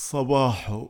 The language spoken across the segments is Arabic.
صباحو.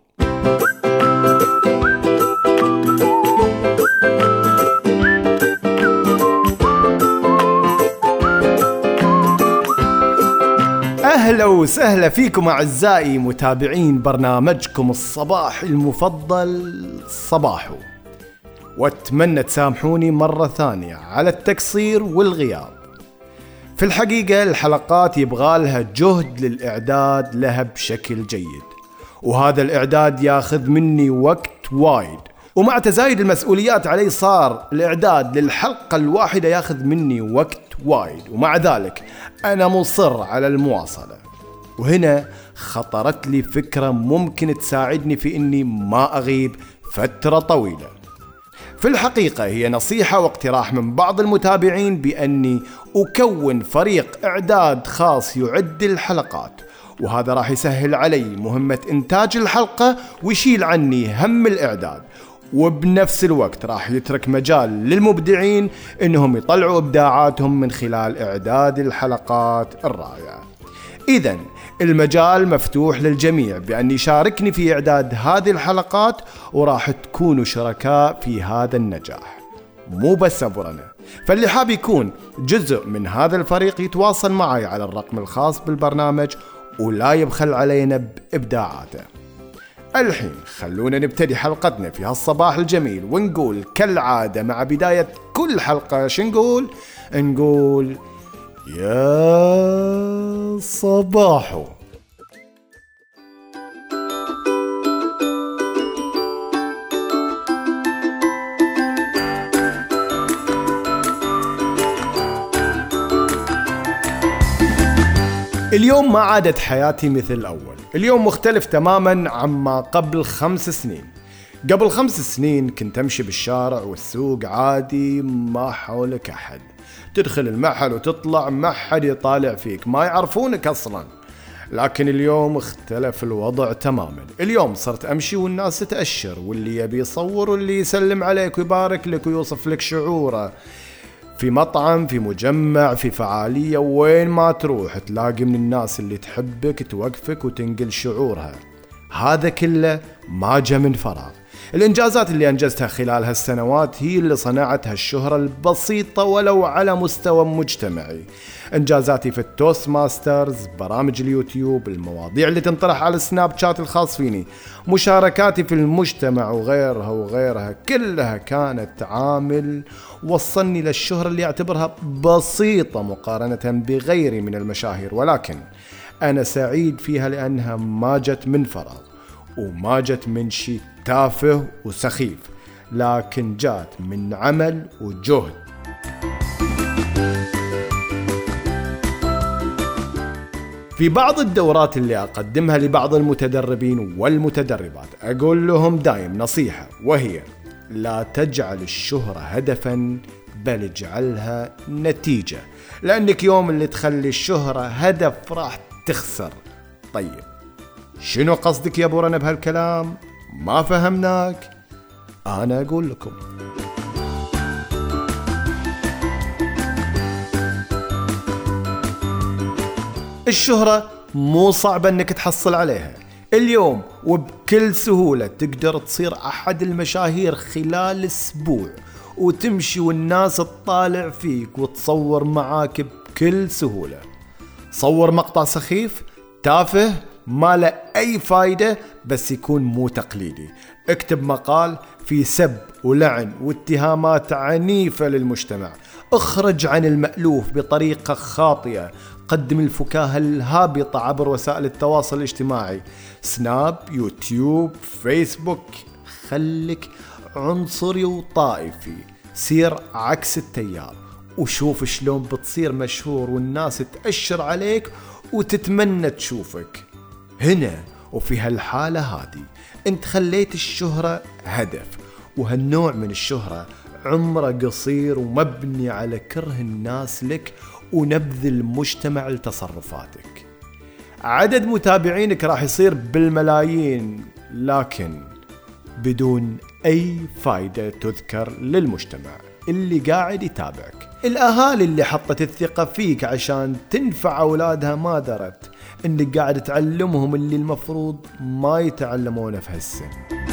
أهلا وسهلا فيكم أعزائي متابعين برنامجكم الصباح المفضل صباحو، واتمنى تسامحوني مرة ثانية على التقصير والغياب. في الحقيقة الحلقات يبغالها جهد للإعداد لها بشكل جيد، وهذا الإعداد ياخذ مني وقت وايد، ومع تزايد المسؤوليات علي صار الإعداد للحلقة الواحدة ياخذ مني وقت وايد، ومع ذلك أنا مصر على المواصلة. وهنا خطرت لي فكرة ممكن تساعدني في إني ما أغيب فترة طويلة. في الحقيقة هي نصيحة واقتراح من بعض المتابعين بأني أكون فريق إعداد خاص يعد الحلقات، وهذا راح يسهل علي مهمة إنتاج الحلقة ويشيل عني هم الإعداد، وبنفس الوقت راح يترك مجال للمبدعين إنهم يطلعوا إبداعاتهم من خلال إعداد الحلقات الرائعة. إذن المجال مفتوح للجميع بأن يشاركني في إعداد هذه الحلقات، وراح تكونوا شركاء في هذا النجاح، مو بس أبورنا. فاللي حاب يكون جزء من هذا الفريق يتواصل معي على الرقم الخاص بالبرنامج ولا يبخل علينا بإبداعاته. الحين خلونا نبتدي حلقتنا في هالصباح الجميل، ونقول كالعادة مع بداية كل حلقة نقول يا صباحو. اليوم ما عادت حياتي مثل الأول، اليوم مختلف تماما عما قبل 5 سنين. قبل 5 سنين كنت أمشي بالشارع والسوق عادي، ما حولك أحد، تدخل المحل وتطلع ما حد يطالع فيك، ما يعرفونك أصلا. لكن اليوم اختلف الوضع تماما. اليوم صرت أمشي والناس تأشر، واللي يبي يصور واللي يسلم عليك ويبارك لك ويوصف لك شعوره. في مطعم، في مجمع، في فعالية، وين ما تروح تلاقي من الناس اللي تحبك توقفك وتنقل شعورها. هذا كله ما جاء من فراغ. الإنجازات اللي أنجزتها خلال هالسنوات هي اللي صنعت هالشهرة البسيطة ولو على مستوى مجتمعي. إنجازاتي في التوست ماسترز، برامج اليوتيوب، المواضيع اللي تنطرح على السناب شات الخاص فيني، مشاركاتي في المجتمع وغيرها كلها كانت عامل وصلني للشهرة اللي أعتبرها بسيطة مقارنة بغيري من المشاهير، ولكن أنا سعيد فيها لأنها ما جت من فراغ، وما جت من شيء تافه وسخيف، لكن جات من عمل وجهد. في بعض الدورات اللي أقدمها لبعض المتدربين والمتدربات أقول لهم دايم نصيحة، وهي لا تجعل الشهرة هدفا بل اجعلها نتيجة، لأنك يوم اللي تخلي الشهرة هدف راح تخسر. طيب شنو قصدك يا بورنا بهالكلام؟ ما فهمناك؟ أنا أقول لكم. الشهرة مو صعبة أنك تحصل عليها اليوم، وبكل سهولة تقدر تصير أحد المشاهير خلال أسبوع، وتمشي والناس تطالع فيك وتصور معاك بكل سهولة. صور مقطع سخيف تافه ما له أي فايدة بس يكون مو تقليدي، اكتب مقال في سب ولعن واتهامات عنيفة للمجتمع، اخرج عن المألوف بطريقة خاطئة، قدم الفكاهة الهابطة عبر وسائل التواصل الاجتماعي، سناب، يوتيوب، فيسبوك. خلك عنصري وطائفي، سير عكس التيار، وشوف شلون بتصير مشهور والناس تأشر عليك وتتمنى تشوفك. هنا وفي هالحالة هذه انت خليت الشهرة هدف، وهالنوع من الشهرة عمره قصير ومبني على كره الناس لك ونبذ المجتمع لتصرفاتك. عدد متابعينك راح يصير بالملايين، لكن بدون أي فايدة تذكر للمجتمع اللي قاعد يتابعك. الأهالي اللي حطت الثقة فيك عشان تنفع أولادها ما درت، انك قاعد تعلمهم اللي المفروض ما يتعلمونه في هالسن.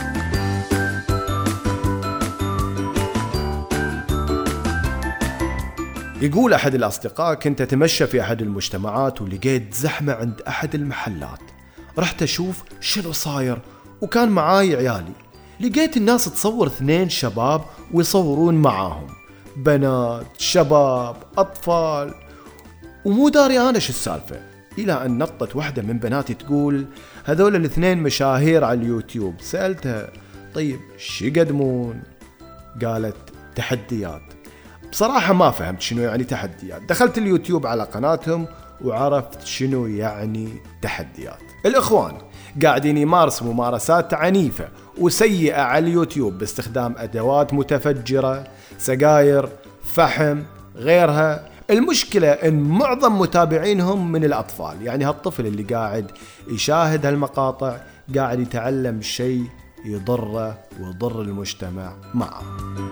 يقول أحد الأصدقاء: كنت أتمشى في أحد المجتمعات ولقيت زحمة عند أحد المحلات، رحت أشوف شنو صاير وكان معاي عيالي. لقيت الناس تصور 2 شباب ويصورون معاهم، بنات، شباب، أطفال، ومو داري أنا شو السالفة. إلى أن نطت واحدة من بناتي تقول: هذول ال2 مشاهير على اليوتيوب. سألتها: طيب شو يقدمون؟ قالت: تحديات. بصراحة ما فهمت شنو يعني تحديات. دخلت اليوتيوب على قناتهم وعرفت شنو يعني تحديات. الإخوان قاعدين يمارسوا ممارسات عنيفة وسيئة على اليوتيوب باستخدام أدوات متفجرة، سجاير، فحم، غيرها. المشكلة إن معظم متابعينهم من الأطفال، يعني هالطفل اللي قاعد يشاهد هالمقاطع قاعد يتعلم شيء يضره ويضر المجتمع معه.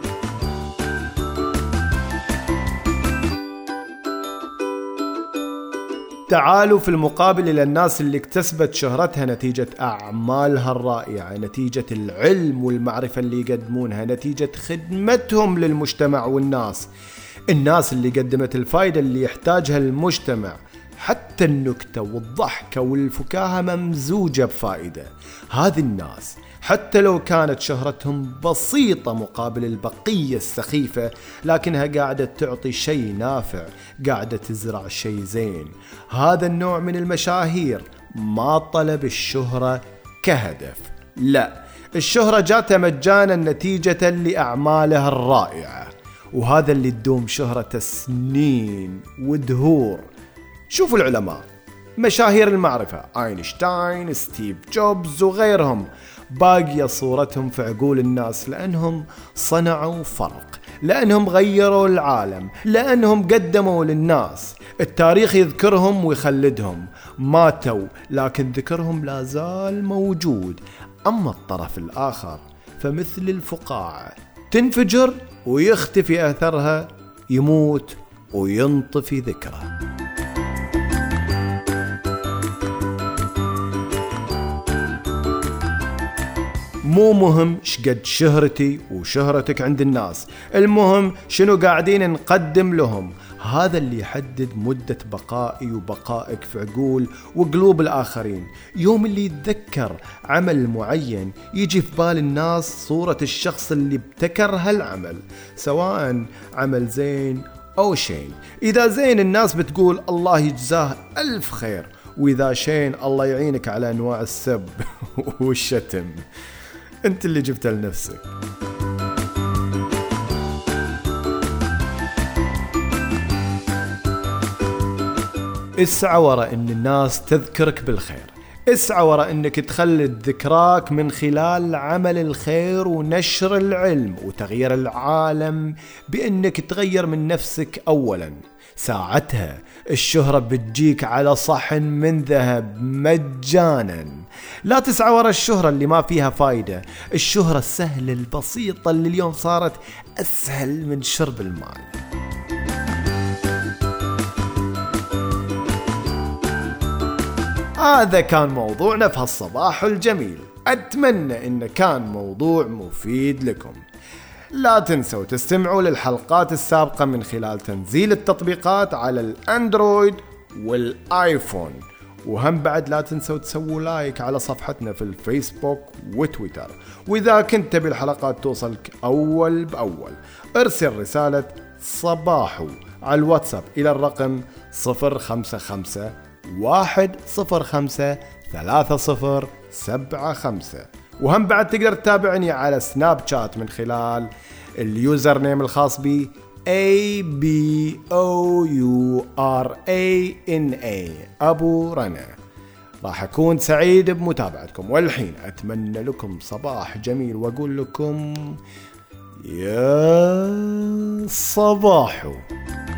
تعالوا في المقابل إلى الناس اللي اكتسبت شهرتها نتيجة أعمالها الرائعة، نتيجة العلم والمعرفة اللي يقدمونها، نتيجة خدمتهم للمجتمع والناس. الناس اللي قدمت الفائدة اللي يحتاجها المجتمع، حتى النكتة والضحكة والفكاهة ممزوجة بفائدة. هذه الناس حتى لو كانت شهرتهم بسيطة مقابل البقية السخيفة، لكنها قاعدة تعطي شيء نافع، قاعدة تزرع شيء زين. هذا النوع من المشاهير ما طلب الشهرة كهدف، لا، الشهرة جاته مجانا نتيجة لأعمالها الرائعة، وهذا اللي تدوم شهرة سنين ودهور. شوفوا العلماء، مشاهير المعرفة، أينشتاين، ستيف جوبز وغيرهم، باقية صورتهم في عقول الناس لأنهم صنعوا فرق، لأنهم غيروا العالم، لأنهم قدموا للناس. التاريخ يذكرهم ويخلدهم. ماتوا لكن ذكرهم لا زال موجود. أما الطرف الآخر فمثل الفقاعة، تنفجر ويختفي أثرها، يموت وينطفي ذكره. مو مهم شقد شهرتي وشهرتك عند الناس، المهم شنو قاعدين نقدم لهم. هذا اللي يحدد مدة بقائي وبقائك في عقول وقلوب الآخرين. يوم اللي يتذكر عمل معين يجي في بال الناس صورة الشخص اللي ابتكر هالعمل، سواء عمل زين أو شين. إذا زين الناس بتقول الله يجزاه ألف خير، وإذا شين الله يعينك على أنواع السب والشتم، أنت اللي جبتها لنفسك. اسعى وراء ان الناس تذكرك بالخير، اسعى وراء انك تخلد ذكراك من خلال عمل الخير ونشر العلم وتغيير العالم، بانك تغير من نفسك اولا. ساعتها الشهرة بتجيك على صحن من ذهب مجانا. لا تسعى وراء الشهرة اللي ما فيها فايدة، الشهرة السهلة البسيطة اللي اليوم صارت اسهل من شرب المال. هذا كان موضوعنا في هالصباح الجميل، أتمنى إنه كان موضوع مفيد لكم. لا تنسوا تستمعوا للحلقات السابقة من خلال تنزيل التطبيقات على الأندرويد والآيفون، وهم بعد لا تنسوا تسووا لايك على صفحتنا في الفيسبوك وتويتر. وإذا كنت بالحلقات توصلك أول بأول، ارسل رسالة صباحو على الواتساب إلى الرقم 055-105-3075. وهم بعد تقدر تتابعني على سناب شات من خلال اليوزر نيم الخاص بي ABOURANA أبو رنا. راح أكون سعيد بمتابعتكم، والحين أتمنى لكم صباح جميل وأقول لكم يا صباحو.